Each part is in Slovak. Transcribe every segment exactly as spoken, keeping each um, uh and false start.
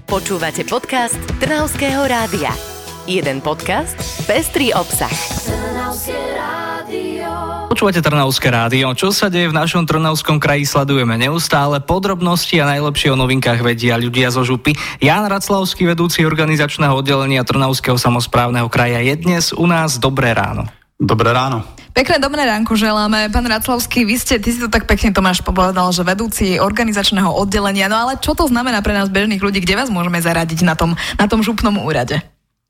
Počúvate podcast Trnavského rádia. Jeden podcast, pestrý obsah. Trnavské rádio. Počúvate Trnavské rádio. Čo sa deje v našom Trnavskom kraji, sledujeme neustále. Podrobnosti a najlepšie o novinkách vedia ľudia zo župy. Ján Raclavský, vedúci organizačného oddelenia Trnavského samosprávneho kraja, je dnes u nás. Dobré ráno. Dobré ráno. Pekné dobré ránko želáme. Pán Raclavský, vy ste, ty si to tak pekne, Tomáš, povedal, že vedúci organizačného oddelenia. No ale čo to znamená pre nás bežných ľudí? Kde vás môžeme zaradiť na tom, na tom župnom úrade?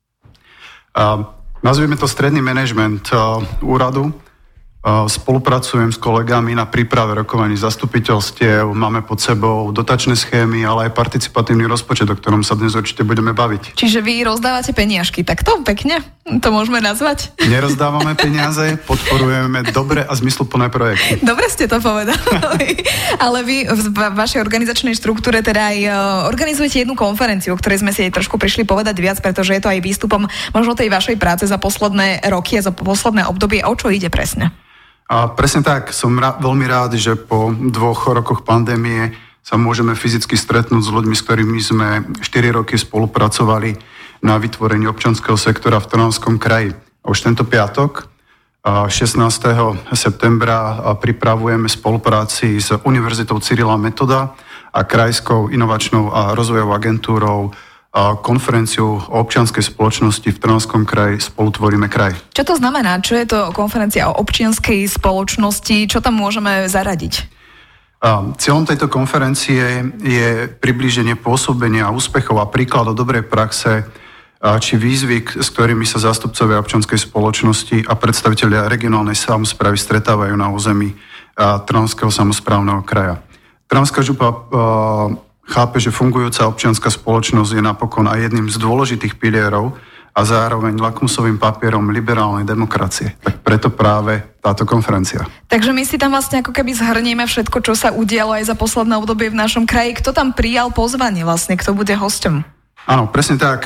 Uh, nazvieme to stredný manažment uh, úradu. Uh, spolupracujem s kolegami na príprave rokovaní zastupiteľstiev. Máme pod sebou dotačné schémy, ale aj participatívny rozpočet, o ktorom sa dnes určite budeme baviť. Čiže vy rozdávate peniažky, tak to pekne? To môžeme nazvať? Nerozdávame peniaze, podporujeme dobre a zmysluplné projekty. Dobre ste to povedali. Ale vy v vašej organizačnej štruktúre teda aj organizujete jednu konferenciu, o ktorej sme si aj trošku prišli povedať viac, pretože je to aj výstupom možno tej vašej práce za posledné roky a za posledné obdobie. O čo ide presne? A presne tak, som ra- veľmi rád, že po dvoch rokoch pandémie sa môžeme fyzicky stretnúť s ľuďmi, s ktorými sme štyri roky spolupracovali na vytvorení občianskeho sektora v Trnavskom kraji. A už tento piatok, šestnásteho septembra, pripravujeme spolupráci s Univerzitou Cyrila Metoda a Krajskou inovačnou a rozvojovou agentúrou konferenciu o občianskej spoločnosti v Trnavskom kraji Spolu tvoríme kraj. Čo to znamená? Čo je to konferencia o občianskej spoločnosti? Čo tam môžeme zaradiť? Cieľom tejto konferencie je priblíženie pôsobenia, úspechov a príkladov dobrej praxe či výzvy, s ktorými sa zástupcovia občianskej spoločnosti a predstavitelia regionálnej samosprávy stretávajú na území Trnavského samosprávneho kraja. Trnavská župa chápe, že fungujúca občianska spoločnosť je napokon aj jedným z dôležitých pilierov a zároveň lakmusovým papierom liberálnej demokracie. Tak preto práve táto konferencia. Takže my si tam vlastne ako keby zhrnieme všetko, čo sa udialo aj za posledné obdobie v našom kraji. Kto tam prijal pozvanie vlastne? Kto bude hosťom? Áno, presne tak.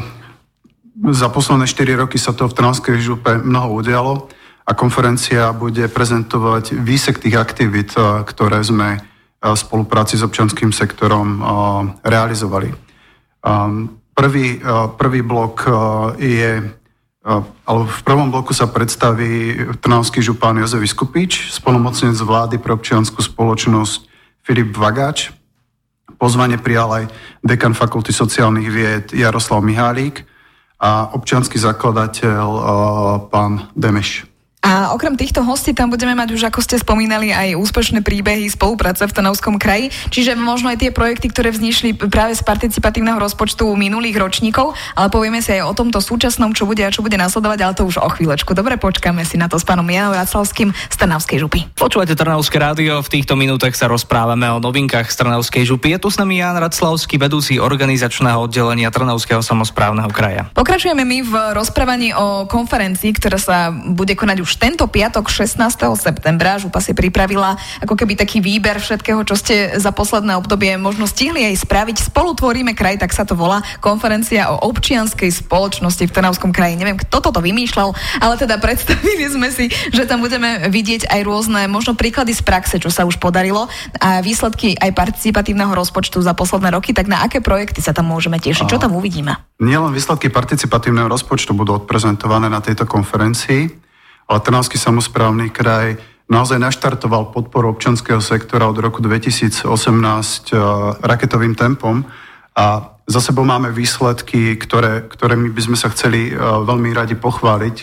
Za posledné štyri roky sa to v Trnavskej župe mnoho udialo a konferencia bude prezentovať výsek tých aktivít, ktoré sme v spolupráci s občianským sektorom realizovali. Prvý, prvý blok je, alebo v prvom bloku sa predstaví trnavský župan Jozef Viskupič, splnomocnenec vlády pre občiansku spoločnosť Filip Vagáč. Pozvanie prijal aj dekan Fakulty sociálnych vied Jaroslav Mihálík a občiansky zakladateľ pán Demeš. A okrem týchto hostí tam budeme mať už, ako ste spomínali, aj úspešné príbehy spolupráce v Trnavskom kraji, čiže možno aj tie projekty, ktoré vznikli práve z participatívneho rozpočtu minulých ročníkov, ale povieme si aj o tomto súčasnom, čo bude a čo bude nasledovať, ale to už o chvíľočku. Dobre, počkáme si na to s pánom Jánom Raclavským z Trnavskej župy. Počúvate Trnavské rádio, v týchto minútach sa rozprávame o novinkách z Trnavskej župy. Je tu s nami Ján Raclavský, vedúci organizačného oddelenia Trnavského samosprávneho kraja. Pokračujeme my v rozprávaní o konferencii, ktorá sa bude konať už tento piatok šestnásteho septembra. Župa si pripravila ako keby taký výber všetkého, čo ste za posledné obdobie možno stihli aj spraviť. Spolu tvoríme kraj, tak sa to volá. Konferencia o občianskej spoločnosti v Trnavskom kraji. Neviem, kto toto vymýšľal, ale teda predstavili sme si, že tam budeme vidieť aj rôzne možno príklady z praxe, čo sa už podarilo a výsledky aj participatívneho rozpočtu za posledné roky. Tak na aké projekty sa tam môžeme tešiť? Čo tam uvidíme? Nielen výsledky participatívneho rozpočtu budú odprezentované na tejto konferencii, ale Trnavský samosprávny kraj naozaj naštartoval podporu občianskeho sektora od roku dvetisícosemnásť raketovým tempom a za sebou máme výsledky, ktoré, ktorými by sme sa chceli veľmi radi pochváliť.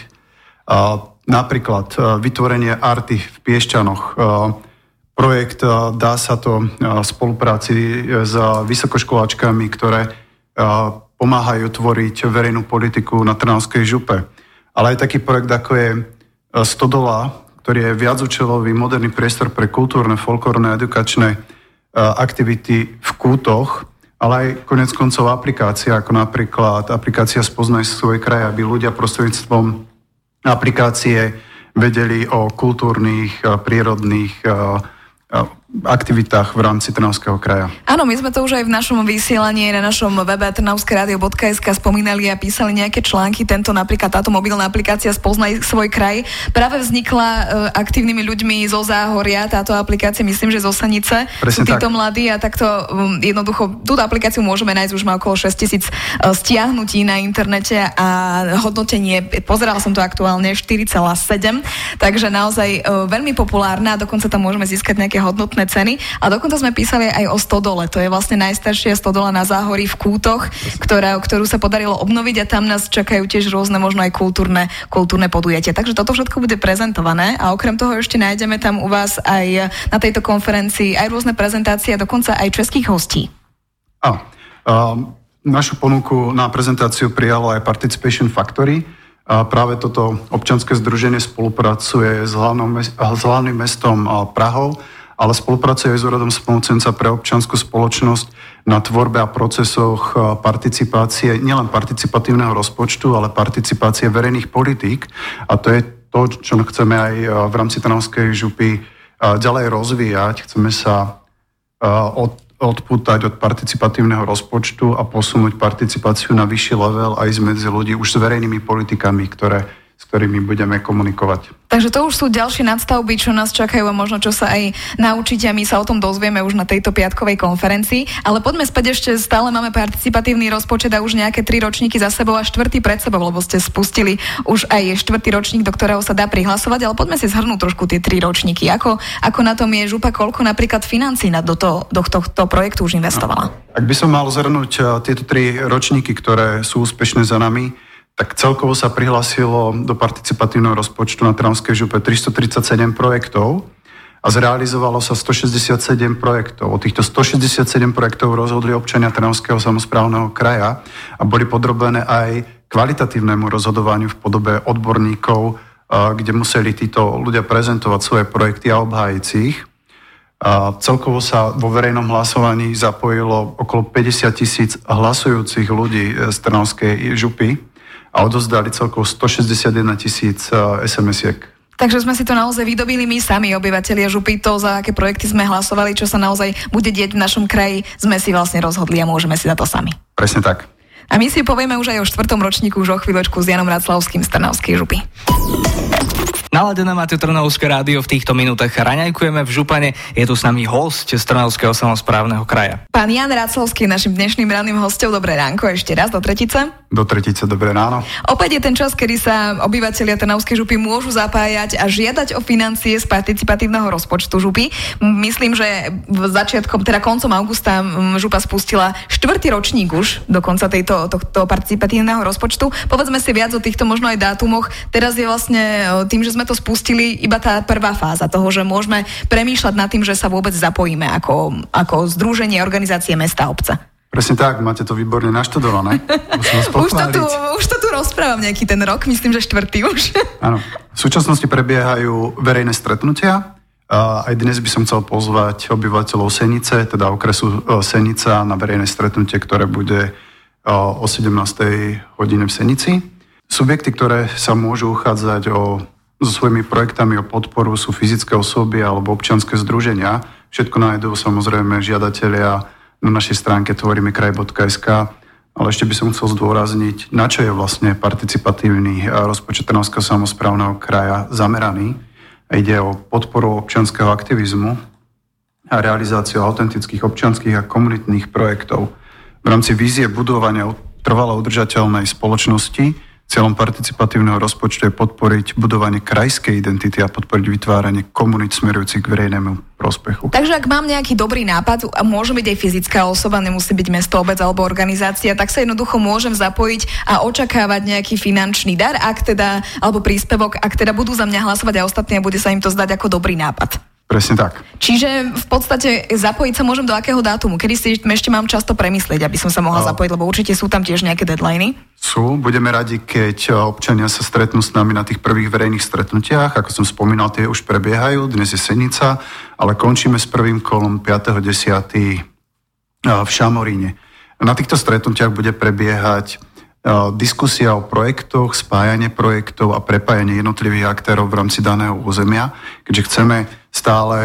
Napríklad vytvorenie Arty v Piešťanoch. Projekt Dá sa to v spolupráci s vysokoškoláčkami, ktoré pomáhajú tvoriť verejnú politiku na Trnavskej župe. Ale aj taký projekt, ako je Stodola, ktorý je viacúčelový moderný priestor pre kultúrne, folklórne, edukačné aktivity v kútoch, ale aj konec koncov aplikácia, ako napríklad aplikácia Spoznaj svoj kraj, aby ľudia prostredníctvom aplikácie vedeli o kultúrnych, prírodných aktivitách v rámci Trnavského kraja. Áno, my sme to už aj v našom vysielaní na našom webe trnavské rádio bodka es ká spomínali a písali nejaké články. Tento napríklad táto mobilná aplikácia Spoznaj svoj kraj práve vznikla uh, aktívnymi ľuďmi zo Záhoria. Táto aplikácia, myslím, že z Osanice. Presne sú títo tak mladí a takto um, jednoducho túto aplikáciu môžeme nájsť, už má okolo šesťtisíc uh, stiahnutí na internete a hodnotenie, pozerala som to aktuálne, štyri celé sedem, takže naozaj uh, veľmi populárna a dokonca tam môžeme získať nejaké hodnotné ceny. A dokonca sme písali aj o stodole. To je vlastne najstaršia stodola na Záhorí v Kútoch, ktorá, ktorú sa podarilo obnoviť a tam nás čakajú tiež rôzne možno aj kultúrne, kultúrne podujatia. Takže toto všetko bude prezentované a okrem toho ešte nájdeme tam u vás aj na tejto konferencii aj rôzne prezentácie a dokonca aj českých hostí. A, a našu ponuku na prezentáciu prijalo aj Participation Factory. A práve toto občianske združenie spolupracuje s, hlavnou, s hlavným mestom Prahou, ale spolupracuje aj s úradom spolucenca pre občiansku spoločnosť na tvorbe a procesoch participácie, nielen participatívneho rozpočtu, ale participácie verejných politík. A to je to, čo chceme aj v rámci Trnavskej župy ďalej rozvíjať. Chceme sa od, odpútať od participatívneho rozpočtu a posunúť participáciu na vyšší level aj medzi ľudí už s verejnými politikami, ktoré s ktorými budeme komunikovať. Takže to už sú ďalšie nadstavby, čo nás čakajú a možno čo sa aj naučiť a my sa o tom dozvieme už na tejto piatkovej konferencii. Ale poďme späť, ešte stále máme participatívny rozpočet a už nejaké tri ročníky za sebou a štvrtý pred sebou, lebo ste spustili už aj štvrtý ročník, do ktorého sa dá prihlasovať, ale poďme si zhrnúť trošku tie tri ročníky. Ako, ako na tom je župa, koľko napríklad financí do, to, do tohto projektu už investovala? No. Ak by som mal zhrnúť tieto tri ročníky, ktoré sú úspešné za nami, tak celkovo sa prihlásilo do participatívneho rozpočtu na Trnavskej župe tristotridsaťsedem projektov a zrealizovalo sa stošesťdesiatsedem projektov. O týchto stošesťdesiatsedem projektov rozhodli občania Trnavského samosprávneho kraja a boli podrobené aj kvalitatívnemu rozhodovaniu v podobe odborníkov, kde museli títo ľudia prezentovať svoje projekty a obhájiť ich. A celkovo sa vo verejnom hlasovaní zapojilo okolo päťdesiat tisíc hlasujúcich ľudí z Trnavskej župy a odozdali celkovo stošesťdesiatjeden tisíc es em esiek. Takže sme si to naozaj vydobili my sami, obyvatelia župy, to, za aké projekty sme hlasovali, čo sa naozaj bude dieť v našom kraji, sme si vlastne rozhodli a môžeme si za to sami. Presne tak. A my si povieme už aj o štvrtom ročníku, už o chvíľočku s Janom Raclavským z Trnavskej župy. Naladené máte Trnavské rádio, v týchto minútach raňajkujeme v Župane. Je tu s nami hosť z Trnavského samosprávneho kraja. Pán Jan Raclavský, našim dnešným ranným hosťom. Dobré ránko ešte raz do tretice. Do tretice, dobré ráno. Opäť je ten čas, kedy sa obyvatelia Trnavskej župy môžu zapájať a žiadať o financie z participatívneho rozpočtu župy. Myslím, že v začiatkom, teda koncom augusta župa spustila štvrtý ročník už do konca tejto, tohto participatívneho rozpočtu. Povedzme si viac o týchto možno aj dátumoch. Teraz je vlastne tým, že sme to spustili, iba tá prvá fáza toho, že môžeme premýšľať nad tým, že sa vôbec zapojíme ako, ako združenie organizácie mesta a obce. Presne tak, máte to výborne naštudované. už, to tu, už to tu rozprávam nejaký ten rok, myslím, že štvrtý už. Áno. V súčasnosti prebiehajú verejné stretnutia. A aj dnes by som chcel pozvať obyvateľov Senice, teda okresu Senica, na verejné stretnutie, ktoré bude o sedemnástej hodine v Senici. Subjekty, ktoré sa môžu uchádzať o so svojimi projektami o podporu sú fyzické osoby alebo občianske združenia. Všetko nájdú samozrejme žiadatelia na našej stránke tvoríme kraj bodka es ká, ale ešte by som chcel zdôrazniť, na čo je vlastne participatívny rozpočet Trnavského samosprávneho kraja zameraný. Ide o podporu občianskeho aktivizmu a realizáciu autentických občianskych a komunitných projektov. V rámci vízie budovania trvalo udržateľnej spoločnosti cieľom participatívneho rozpočtu je podporiť budovanie krajskej identity a podporiť vytváranie komunít smerujúcich k verejnému prospechu. Takže ak mám nejaký dobrý nápad, a môže byť aj fyzická osoba, nemusí byť mesto, obec alebo organizácia, tak sa jednoducho môžem zapojiť a očakávať nejaký finančný dar, ak teda, alebo príspevok, ak teda budú za mňa hlasovať a ostatní a bude sa im to zdať ako dobrý nápad. Presne tak. Čiže v podstate zapojiť sa môžem do akého dátumu? Kedy si ešte mám často premyslieť, aby som sa mohla zapojiť, lebo určite sú tam tiež nejaké deadliny? Sú. Budeme radi, keď občania sa stretnú s nami na tých prvých verejných stretnutiach. Ako som spomínal, tie už prebiehajú. Dnes je Senica, ale končíme s prvým kolom piateho desiateho v Šamoríne. Na týchto stretnutiach bude prebiehať diskusia o projektoch, spájanie projektov a prepájanie jednotlivých aktérov v rámci daného územia, keďže chceme stále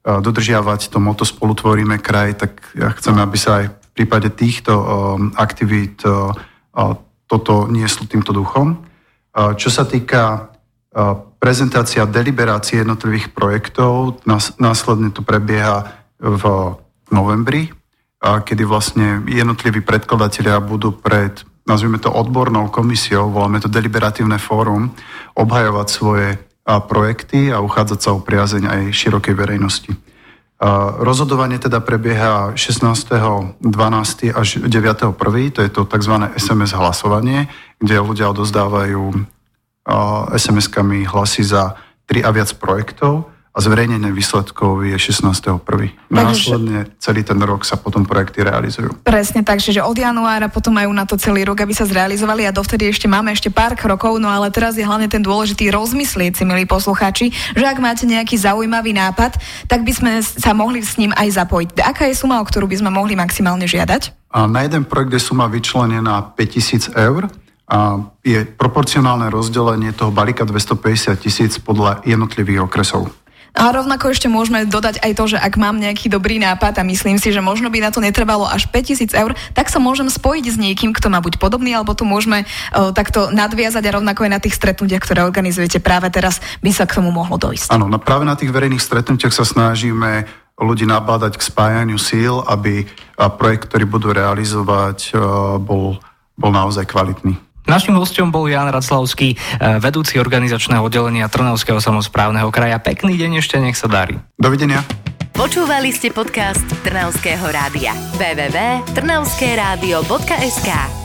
dodržiavať to moto Spolu tvoríme kraj, tak ja chcem, aby sa aj v prípade týchto aktivít toto nieslo týmto duchom. Čo sa týka prezentácia deliberácie jednotlivých projektov, následne to prebieha v novembri, kedy vlastne jednotliví predkladatelia budú pred, nazvime to odbornou komisiou, voláme to deliberatívne fórum, obhajovať svoje projekty a uchádzať sa o priazeň aj širokej verejnosti. Rozhodovanie teda prebieha šestnásteho decembra až deviateho prvého to je to tzv. es em es hlasovanie, kde ľudia odozdávajú es em eskami hlasy za tri a viac projektov a zverejnenie výsledkov je šestnásteho prvého Následne celý ten rok sa potom projekty realizujú. Presne tak, že od januára potom majú na to celý rok, aby sa zrealizovali a dovtedy ešte máme ešte pár krokov, no ale teraz je hlavne ten dôležitý rozmyslieť si, milí poslucháči, že ak máte nejaký zaujímavý nápad, tak by sme sa mohli s ním aj zapojiť. Aká je suma, o ktorú by sme mohli maximálne žiadať? A na jeden projekt je suma vyčlenená päťtisíc eur. A je proporcionálne rozdelenie toho balíka dvestopäťdesiat tisíc podľa jednotlivých okresov. A rovnako ešte môžeme dodať aj to, že ak mám nejaký dobrý nápad a myslím si, že možno by na to netrebalo až päťtisíc eur, tak sa môžem spojiť s niekým, kto má buď podobný, alebo tu môžeme uh, takto nadviazať a rovnako aj na tých stretnutiach, ktoré organizujete práve teraz, by sa k tomu mohlo dojsť. Áno, no práve na tých verejných stretnutiach sa snažíme ľudí nabádať k spájaniu síl, aby projekt, ktorý budú realizovať, bol, bol naozaj kvalitný. Naším hosťom bol Ján Raclavský, vedúci organizačného oddelenia Trnavského samosprávneho kraja. Pekný deň ešte, nech sa darí. Dovidenia. Počúvali ste podcast Trnavského rádia. w w w bodka trnavskeradio bodka es ka